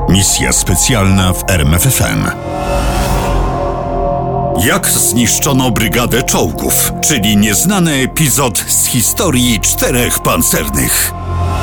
Misja specjalna w RMFFM. Jak zniszczono brygadę czołgów, czyli nieznany epizod z historii 4 pancernych.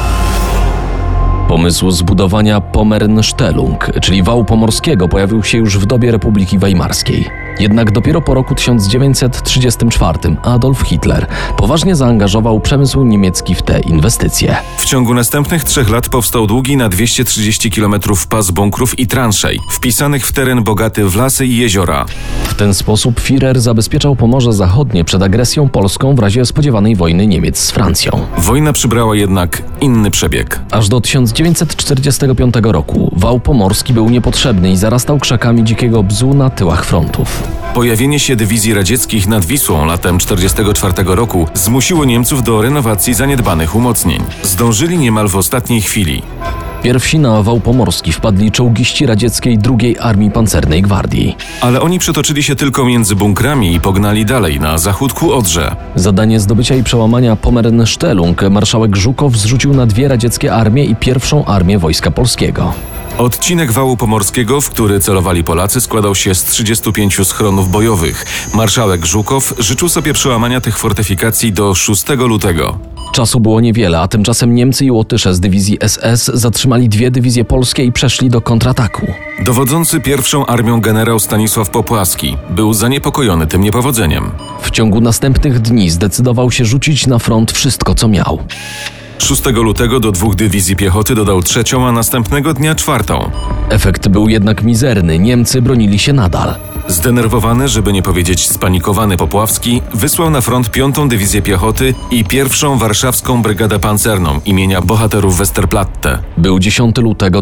Pomysł zbudowania Pommernstellung, czyli wału pomorskiego, pojawił się już w dobie Republiki Weimarskiej. Jednak dopiero po roku 1934 Adolf Hitler poważnie zaangażował przemysł niemiecki w te inwestycje. W ciągu następnych 3 lat powstał długi na 230 km pas bunkrów i transzej, wpisanych w teren bogaty w lasy i jeziora. W ten sposób Führer zabezpieczał Pomorze Zachodnie przed agresją polską w razie spodziewanej wojny Niemiec z Francją. Wojna przybrała jednak inny przebieg. Aż do 1945 roku wał pomorski był niepotrzebny i zarastał krzakami dzikiego bzu na tyłach frontów. Pojawienie się dywizji radzieckich nad Wisłą latem 1944 roku zmusiło Niemców do renowacji zaniedbanych umocnień. Zdążyli niemal w ostatniej chwili. Pierwsi na wał pomorski wpadli czołgiści radzieckiej II Armii Pancernej Gwardii. Ale oni przetoczyli się tylko między bunkrami i pognali dalej na zachód ku Odrze. Zadanie zdobycia i przełamania Pommernstellung marszałek Żukow zrzucił na 2 radzieckie armie i 1. Armię Wojska Polskiego. Odcinek wału pomorskiego, w który celowali Polacy, składał się z 35 schronów bojowych. Marszałek Żukow życzył sobie przełamania tych fortyfikacji do 6 lutego. Czasu było niewiele, a tymczasem Niemcy i Łotysze z dywizji SS zatrzymali 2 dywizje polskie i przeszli do kontrataku. Dowodzący 1. Armią generał Stanisław Popłaski był zaniepokojony tym niepowodzeniem. W ciągu następnych dni zdecydował się rzucić na front wszystko, co miał. 6 lutego do 2 dywizji piechoty dodał 3., a następnego dnia 4. Efekt był jednak mizerny, Niemcy bronili się nadal. Zdenerwowany, żeby nie powiedzieć spanikowany Popławski, wysłał na front 5. dywizję piechoty i 1. warszawską brygadę pancerną imienia bohaterów Westerplatte. Był 10 lutego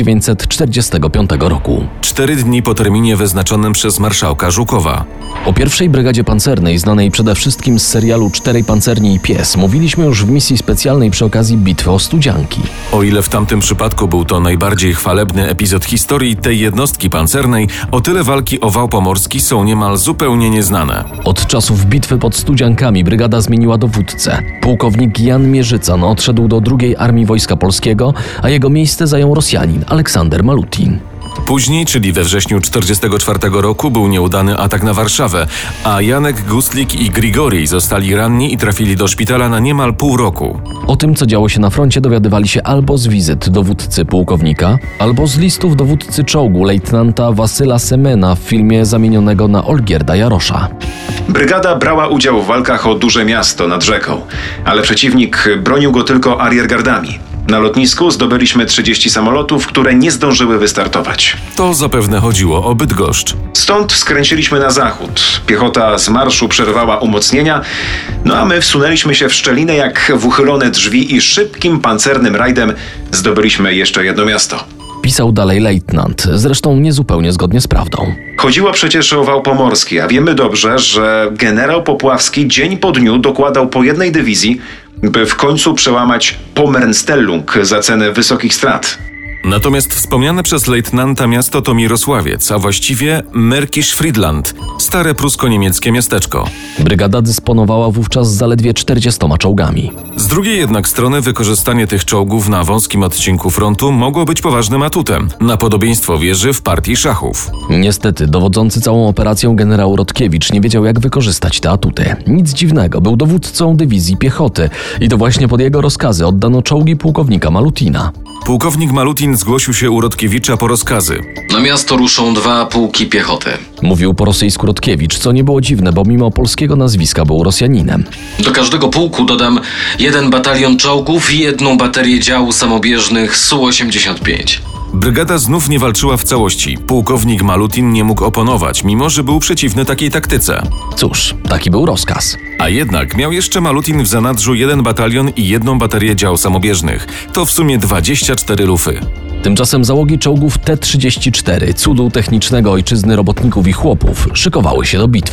1945 roku. 4 dni po terminie wyznaczonym przez marszałka Żukowa. O 1. Brygadzie Pancernej, znanej przede wszystkim z serialu 4 pancerni i pies, mówiliśmy już w misji specjalnej przy okazji bitwy o Studzianki. O ile w tamtym przypadku był to najbardziej chwalebny epizod historii tej jednostki pancernej, o tyle walki o wał pomorski są niemal zupełnie nieznane. Od czasów bitwy pod Studziankami brygada zmieniła dowódcę. Pułkownik Jan Mierzycan odszedł do II Armii Wojska Polskiego, a jego miejsce zajął Rosjanin Aleksander Malutin. Później, czyli we wrześniu 1944 roku, był nieudany atak na Warszawę, a Janek Gustlik i Grigorij zostali ranni i trafili do szpitala na niemal pół roku. O tym, co działo się na froncie, dowiadywali się albo z wizyt dowódcy pułkownika, albo z listów dowódcy czołgu lejtnanta Wasyla Semena w filmie zamienionego na Olgierda Jarosza. Brygada brała udział w walkach o duże miasto nad rzeką, ale przeciwnik bronił go tylko ariergardami. Na lotnisku zdobyliśmy 30 samolotów, które nie zdążyły wystartować. To zapewne chodziło o Bydgoszcz. Stąd skręciliśmy na zachód. Piechota z marszu przerwała umocnienia, a my wsunęliśmy się w szczelinę jak w uchylone drzwi i szybkim pancernym rajdem zdobyliśmy jeszcze jedno miasto. Pisał dalej lejtnant, zresztą niezupełnie zgodnie z prawdą. Chodziło przecież o wał pomorski, a wiemy dobrze, że generał Popławski dzień po dniu dokładał po jednej dywizji, by w końcu przełamać Pommernstellung za cenę wysokich strat. Natomiast wspomniane przez lejtnanta miasto to Mirosławiec, a właściwie Märkisch-Friedland, stare prusko-niemieckie miasteczko. Brygada dysponowała wówczas zaledwie 40 czołgami. Z drugiej jednak strony wykorzystanie tych czołgów na wąskim odcinku frontu mogło być poważnym atutem, na podobieństwo wieży w partii szachów. Niestety, dowodzący całą operacją generał Rodkiewicz nie wiedział, jak wykorzystać te atuty. Nic dziwnego, był dowódcą dywizji piechoty i to właśnie pod jego rozkazy oddano czołgi pułkownika Malutina. Pułkownik Malutin zgłosił się u Rodkiewicza po rozkazy. Na miasto ruszą 2 pułki piechoty. Mówił po rosyjsku Rodkiewicz, co nie było dziwne, bo mimo polskiego nazwiska był Rosjaninem. Do każdego pułku dodam 1 batalion czołgów i 1 baterię działu samobieżnych Su-85. Brygada znów nie walczyła w całości. Pułkownik Malutin nie mógł oponować, mimo że był przeciwny takiej taktyce. Cóż, taki był rozkaz. A jednak miał jeszcze Malutin w zanadrzu 1 batalion i 1 baterię dział samobieżnych. To w sumie 24 lufy. Tymczasem załogi czołgów T-34, cudu technicznego ojczyzny robotników i chłopów, szykowały się do bitwy.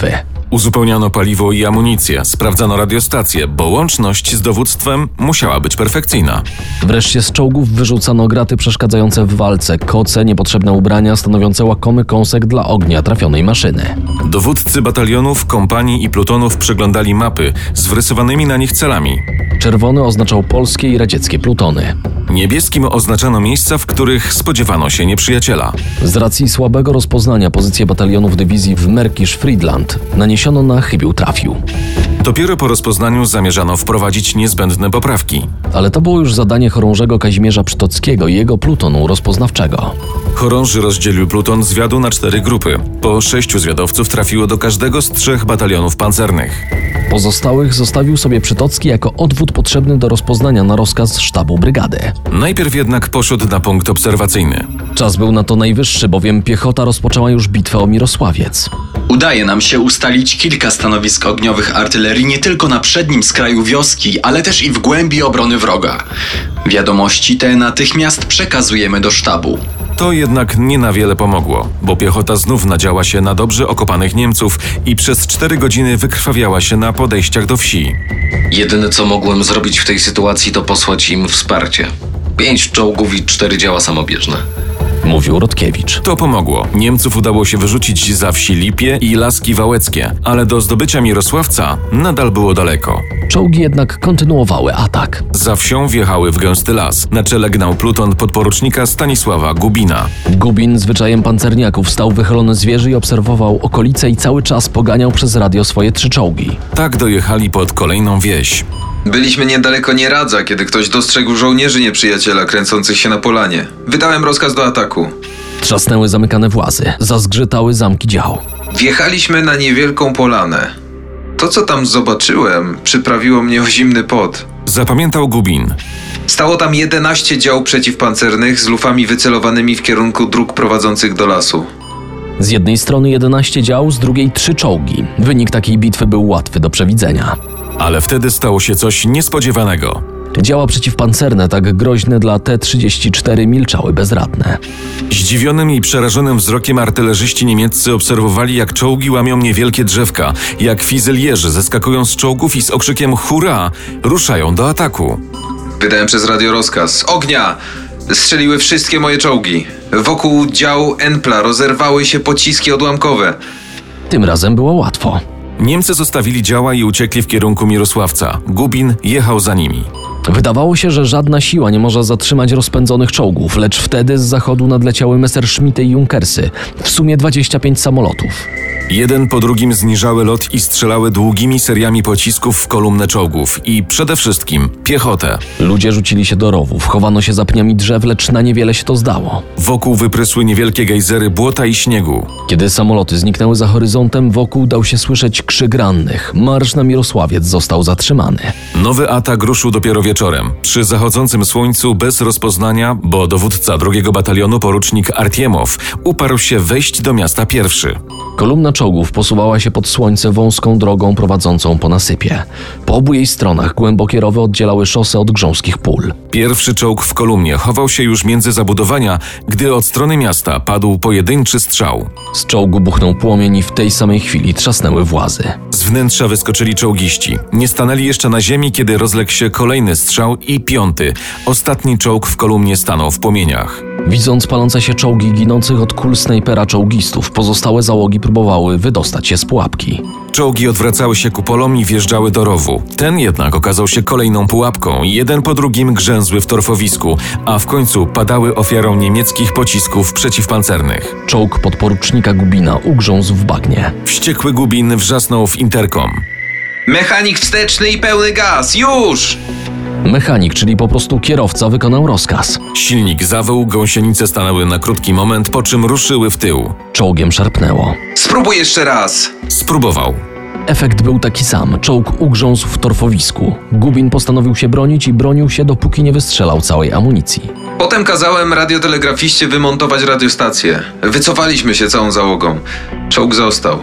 Uzupełniano paliwo i amunicję, sprawdzano radiostację, bo łączność z dowództwem musiała być perfekcyjna. Wreszcie z czołgów wyrzucano graty przeszkadzające w walce, koce, niepotrzebne ubrania stanowiące łakomy kąsek dla ognia trafionej maszyny. Dowódcy batalionów, kompanii i plutonów przeglądali mapy z wrysowanymi na nich celami. Czerwony oznaczał polskie i radzieckie plutony. Niebieskim oznaczano miejsca, w których spodziewano się nieprzyjaciela. Z racji słabego rozpoznania pozycje batalionów dywizji w Märkisch-Friedland naniesiono na chybił trafił. Dopiero po rozpoznaniu zamierzano wprowadzić niezbędne poprawki. Ale to było już zadanie chorążego Kazimierza Przytockiego i jego plutonu rozpoznawczego. Chorąży rozdzielił pluton zwiadu na 4 grupy. Po 6 zwiadowców trafiło do każdego z 3 batalionów pancernych. Pozostałych zostawił sobie Przytocki jako odwód potrzebny do rozpoznania na rozkaz sztabu brygady. Najpierw jednak poszedł na punkt obserwacyjny. Czas był na to najwyższy, bowiem piechota rozpoczęła już bitwę o Mirosławiec. Udaje nam się ustalić kilka stanowisk ogniowych artylerii nie tylko na przednim skraju wioski, ale też i w głębi obrony wroga. Wiadomości te natychmiast przekazujemy do sztabu. To jednak nie na wiele pomogło, bo piechota znów nadziała się na dobrze okopanych Niemców i przez 4 godziny wykrwawiała się na podejściach do wsi. Jedyne co mogłem zrobić w tej sytuacji to posłać im wsparcie. 5 czołgów i 4 działa samobieżne. Mówił Rodkiewicz. To pomogło. Niemców udało się wyrzucić za wsi Lipie i Laski Wałeckie, ale do zdobycia Mirosławca nadal było daleko. Czołgi jednak kontynuowały atak. Za wsią wjechały w gęsty las. Na czele gnał pluton podporucznika Stanisława Gubina. Gubin zwyczajem pancerniaków stał wychylony z wieży i obserwował okolice i cały czas poganiał przez radio swoje 3 czołgi. Tak dojechali pod kolejną wieś. Byliśmy niedaleko Nieradza, kiedy ktoś dostrzegł żołnierzy nieprzyjaciela kręcących się na polanie. Wydałem rozkaz do ataku. Trzasnęły zamykane włazy, zazgrzytały zamki dział. Wjechaliśmy na niewielką polanę. To, co tam zobaczyłem, przyprawiło mnie o zimny pot. Zapamiętał Gubin. Stało tam 11 dział przeciwpancernych z lufami wycelowanymi w kierunku dróg prowadzących do lasu. Z jednej strony 11 dział, z drugiej 3 czołgi. Wynik takiej bitwy był łatwy do przewidzenia. Ale wtedy stało się coś niespodziewanego. Działa przeciwpancerne, tak groźne dla T-34, milczały bezradne. Zdziwionym i przerażonym wzrokiem artylerzyści niemieccy obserwowali, jak czołgi łamią niewielkie drzewka, jak fizylierzy zeskakują z czołgów i z okrzykiem hurra ruszają do ataku. Wydałem przez radio rozkaz. Ognia! Strzeliły wszystkie moje czołgi. Wokół dział Enpla rozerwały się pociski odłamkowe. Tym razem było łatwo. Niemcy zostawili działa i uciekli w kierunku Mirosławca. Gubin jechał za nimi. Wydawało się, że żadna siła nie może zatrzymać rozpędzonych czołgów, lecz wtedy z zachodu nadleciały Messerschmitty i Junkersy, w sumie 25 samolotów. Jeden po drugim zniżały lot i strzelały długimi seriami pocisków w kolumnę czołgów i przede wszystkim piechotę. Ludzie rzucili się do rowów, chowano się za pniami drzew, lecz na niewiele się to zdało. Wokół wyprysły niewielkie gejzery błota i śniegu. Kiedy samoloty zniknęły za horyzontem, wokół dał się słyszeć krzyk rannych. Marsz na Mirosławiec został zatrzymany. Nowy atak ruszył dopiero wieczorem. Przy zachodzącym słońcu bez rozpoznania, bo dowódca 2 batalionu porucznik Artiemow uparł się wejść do miasta pierwszy. Kolumna czołgów posuwała się pod słońce wąską drogą prowadzącą po nasypie. Po obu jej stronach głębokie rowy oddzielały szosę od grząskich pól. Pierwszy czołg w kolumnie chował się już między zabudowania, gdy od strony miasta padł pojedynczy strzał. Z czołgu buchnął płomień i w tej samej chwili trzasnęły włazy. Z wnętrza wyskoczyli czołgiści. Nie stanęli jeszcze na ziemi, kiedy rozległ się kolejny strzał i 5. Ostatni czołg w kolumnie stanął w płomieniach. Widząc palące się czołgi ginących od kul snajpera czołgistów, pozostałe załogi próbowały wydostać się z pułapki. Czołgi odwracały się kupolom i wjeżdżały do rowu. Ten jednak okazał się kolejną pułapką. Jeden po drugim grzęzły w torfowisku, a w końcu padały ofiarą niemieckich pocisków przeciwpancernych. Czołg podporucznika Gubina ugrzązł w bagnie. Wściekły Gubin wrzasnął w interkom. Mechanik wsteczny i pełny gaz! Już! Mechanik, czyli po prostu kierowca, wykonał rozkaz. Silnik zawył, gąsienice stanęły na krótki moment, po czym ruszyły w tył. Czołgiem szarpnęło. Spróbuj jeszcze raz! Spróbował. Efekt był taki sam. Czołg ugrzązł w torfowisku. Gubin postanowił się bronić i bronił się, dopóki nie wystrzelał całej amunicji. Potem kazałem radiotelegrafiście wymontować radiostację. Wycofaliśmy się całą załogą. Czołg został.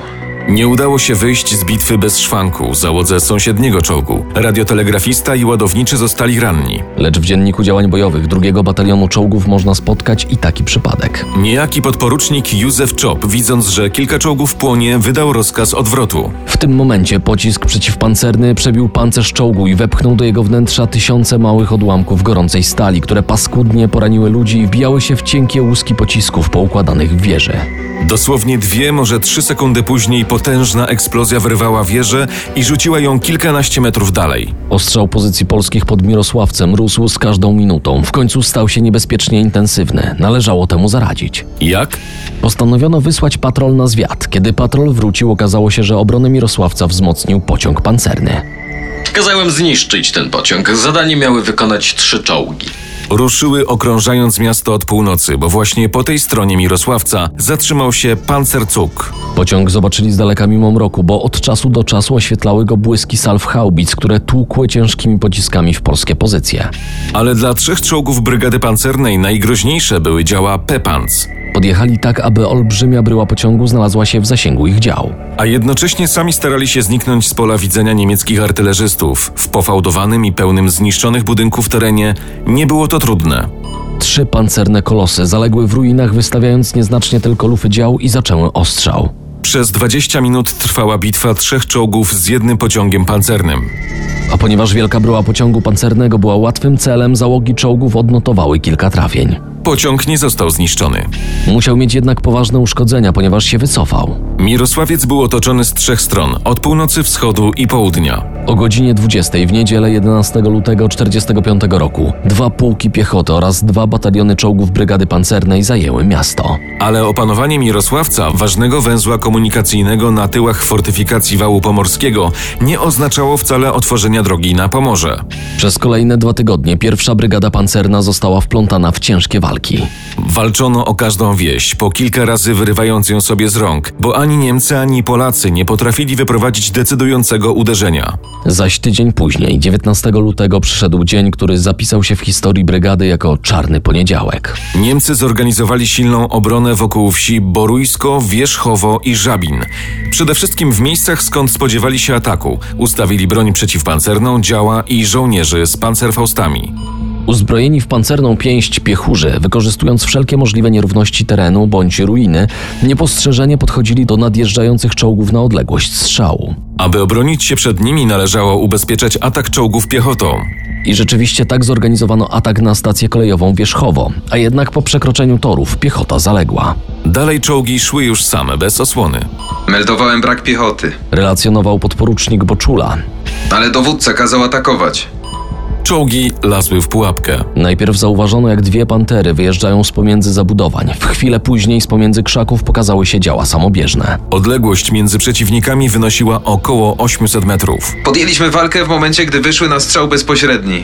Nie udało się wyjść z bitwy bez szwanku załodze sąsiedniego czołgu. Radiotelegrafista i ładowniczy zostali ranni. Lecz w dzienniku działań bojowych 2 Batalionu Czołgów można spotkać i taki przypadek. Niejaki podporucznik Józef Czop, widząc, że kilka czołgów płonie, wydał rozkaz odwrotu. W tym momencie pocisk przeciwpancerny przebił pancerz czołgu i wepchnął do jego wnętrza tysiące małych odłamków gorącej stali, które paskudnie poraniły ludzi i wbijały się w cienkie łuski pocisków poukładanych w wieży. Dosłownie 2, może 3 sekundy później potężna eksplozja wyrwała wieżę i rzuciła ją kilkanaście metrów dalej. Ostrzał pozycji polskich pod Mirosławcem rósł z każdą minutą. W końcu stał się niebezpiecznie intensywny. Należało temu zaradzić. Jak? Postanowiono wysłać patrol na zwiat. Kiedy patrol wrócił, okazało się, że obronę Mirosławca wzmocnił pociąg pancerny. Kazałem zniszczyć ten pociąg. Zadanie miały wykonać 3 czołgi. Ruszyły okrążając miasto od północy, bo właśnie po tej stronie Mirosławca zatrzymał się Panzerzug. Pociąg zobaczyli z daleka mimo mroku, bo od czasu do czasu oświetlały go błyski salw haubic, które tłukły ciężkimi pociskami w polskie pozycje. Ale dla 3 czołgów brygady pancernej najgroźniejsze były działa P-Panz. Podjechali tak, aby olbrzymia bryła pociągu znalazła się w zasięgu ich dział. A jednocześnie sami starali się zniknąć z pola widzenia niemieckich artylerzystów. W pofałdowanym i pełnym zniszczonych budynków terenie nie było to trudne. 3 pancerne kolosy zaległy w ruinach, wystawiając nieznacznie tylko lufy dział i zaczęły ostrzał. Przez 20 minut trwała bitwa 3 czołgów z 1 pociągiem pancernym. A ponieważ wielka bryła pociągu pancernego była łatwym celem, załogi czołgów odnotowały kilka trafień. Pociąg nie został zniszczony. Musiał mieć jednak poważne uszkodzenia, ponieważ się wycofał. Mirosławiec był otoczony z 3 stron, od północy, wschodu i południa. O godzinie 20 w niedzielę 11 lutego 1945 roku 2 pułki piechoty oraz 2 bataliony czołgów brygady pancernej zajęły miasto. Ale opanowanie Mirosławca, ważnego węzła komunikacyjnego na tyłach fortyfikacji wału pomorskiego, nie oznaczało wcale otworzenia drogi na Pomorze. Przez kolejne 2 tygodnie 1. Brygada Pancerna została wplątana w ciężkie walki. Walczono o każdą wieś, po kilka razy wyrywając ją sobie z rąk, bo ani Niemcy, ani Polacy nie potrafili wyprowadzić decydującego uderzenia. Zaś tydzień później, 19 lutego, przyszedł dzień, który zapisał się w historii brygady jako Czarny Poniedziałek. Niemcy zorganizowali silną obronę wokół wsi Borójsko, Wierzchowo i Żabin. Przede wszystkim w miejscach, skąd spodziewali się ataku. Ustawili broń przeciwpancerną, działa i żołnierzy z pancerfaustami. Uzbrojeni w pancerną pięść piechurzy, wykorzystując wszelkie możliwe nierówności terenu bądź ruiny, niepostrzeżenie podchodzili do nadjeżdżających czołgów na odległość strzału. Aby obronić się przed nimi, należało ubezpieczać atak czołgów piechotą. I rzeczywiście tak zorganizowano atak na stację kolejową Wierzchowo, a jednak po przekroczeniu torów piechota zaległa. Dalej czołgi szły już same, bez osłony. Meldowałem brak piechoty, Relacjonował podporucznik Boczula. ale dowódca kazał atakować. Czołgi lazły w pułapkę. Najpierw zauważono, jak 2 pantery wyjeżdżają z pomiędzy zabudowań. W chwilę później z pomiędzy krzaków pokazały się działa samobieżne. Odległość między przeciwnikami wynosiła około 800 metrów. Podjęliśmy walkę w momencie, gdy wyszły na strzał bezpośredni.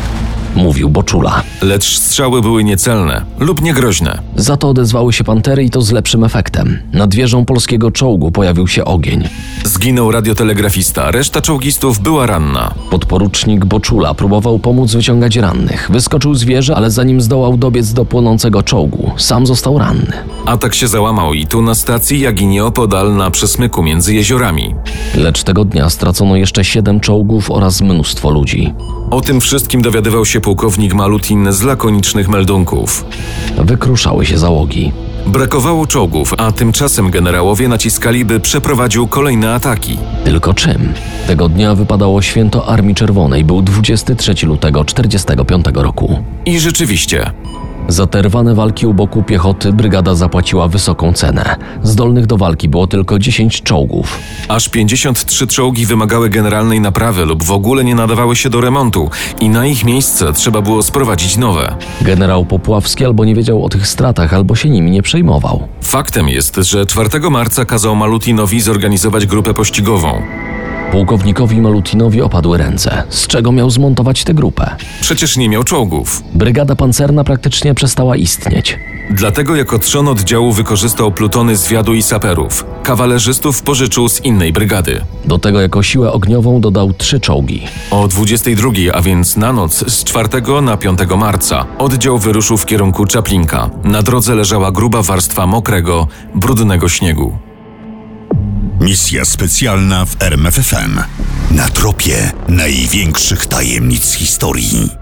Mówił Boczula. Lecz strzały były niecelne lub niegroźne. Za to odezwały się pantery i to z lepszym efektem. Nad wieżą polskiego czołgu pojawił się ogień. Zginął radiotelegrafista, reszta czołgistów była ranna. Podporucznik Boczula próbował pomóc wyciągać rannych. Wyskoczył z wieży, ale zanim zdołał dobiec do płonącego czołgu, sam został ranny. Atak się załamał i tu na stacji, jak i nieopodal na przesmyku między jeziorami. Lecz tego dnia stracono jeszcze 7 czołgów oraz mnóstwo ludzi. O tym wszystkim dowiadywał się pułkownik Malutin z lakonicznych meldunków. Wykruszały się załogi. Brakowało czołgów, a tymczasem generałowie naciskali, by przeprowadził kolejne ataki. Tylko czym? Tego dnia wypadało święto Armii Czerwonej, był 23 lutego 1945 roku. I rzeczywiście, Za te rwane walki u boku piechoty brygada zapłaciła wysoką cenę. Zdolnych do walki było tylko 10 czołgów. aż 53 czołgi wymagały generalnej naprawy lub w ogóle nie nadawały się do remontu i na ich miejsce trzeba było sprowadzić nowe. Generał Popławski albo nie wiedział o tych stratach, albo się nimi nie przejmował. Faktem jest, że 4 marca kazał Malutinowi zorganizować grupę pościgową. Pułkownikowi Malutinowi opadły ręce. Z czego miał zmontować tę grupę? Przecież nie miał czołgów. Brygada pancerna praktycznie przestała istnieć. Dlatego jako trzon oddziału wykorzystał plutony zwiadu i saperów. Kawalerzystów pożyczył z innej brygady. Do tego jako siłę ogniową dodał 3 czołgi. O 22, a więc na noc z 4 na 5 marca, oddział wyruszył w kierunku Czaplinka. Na drodze leżała gruba warstwa mokrego, brudnego śniegu. Misja specjalna w RMFFM. Na tropie największych tajemnic historii.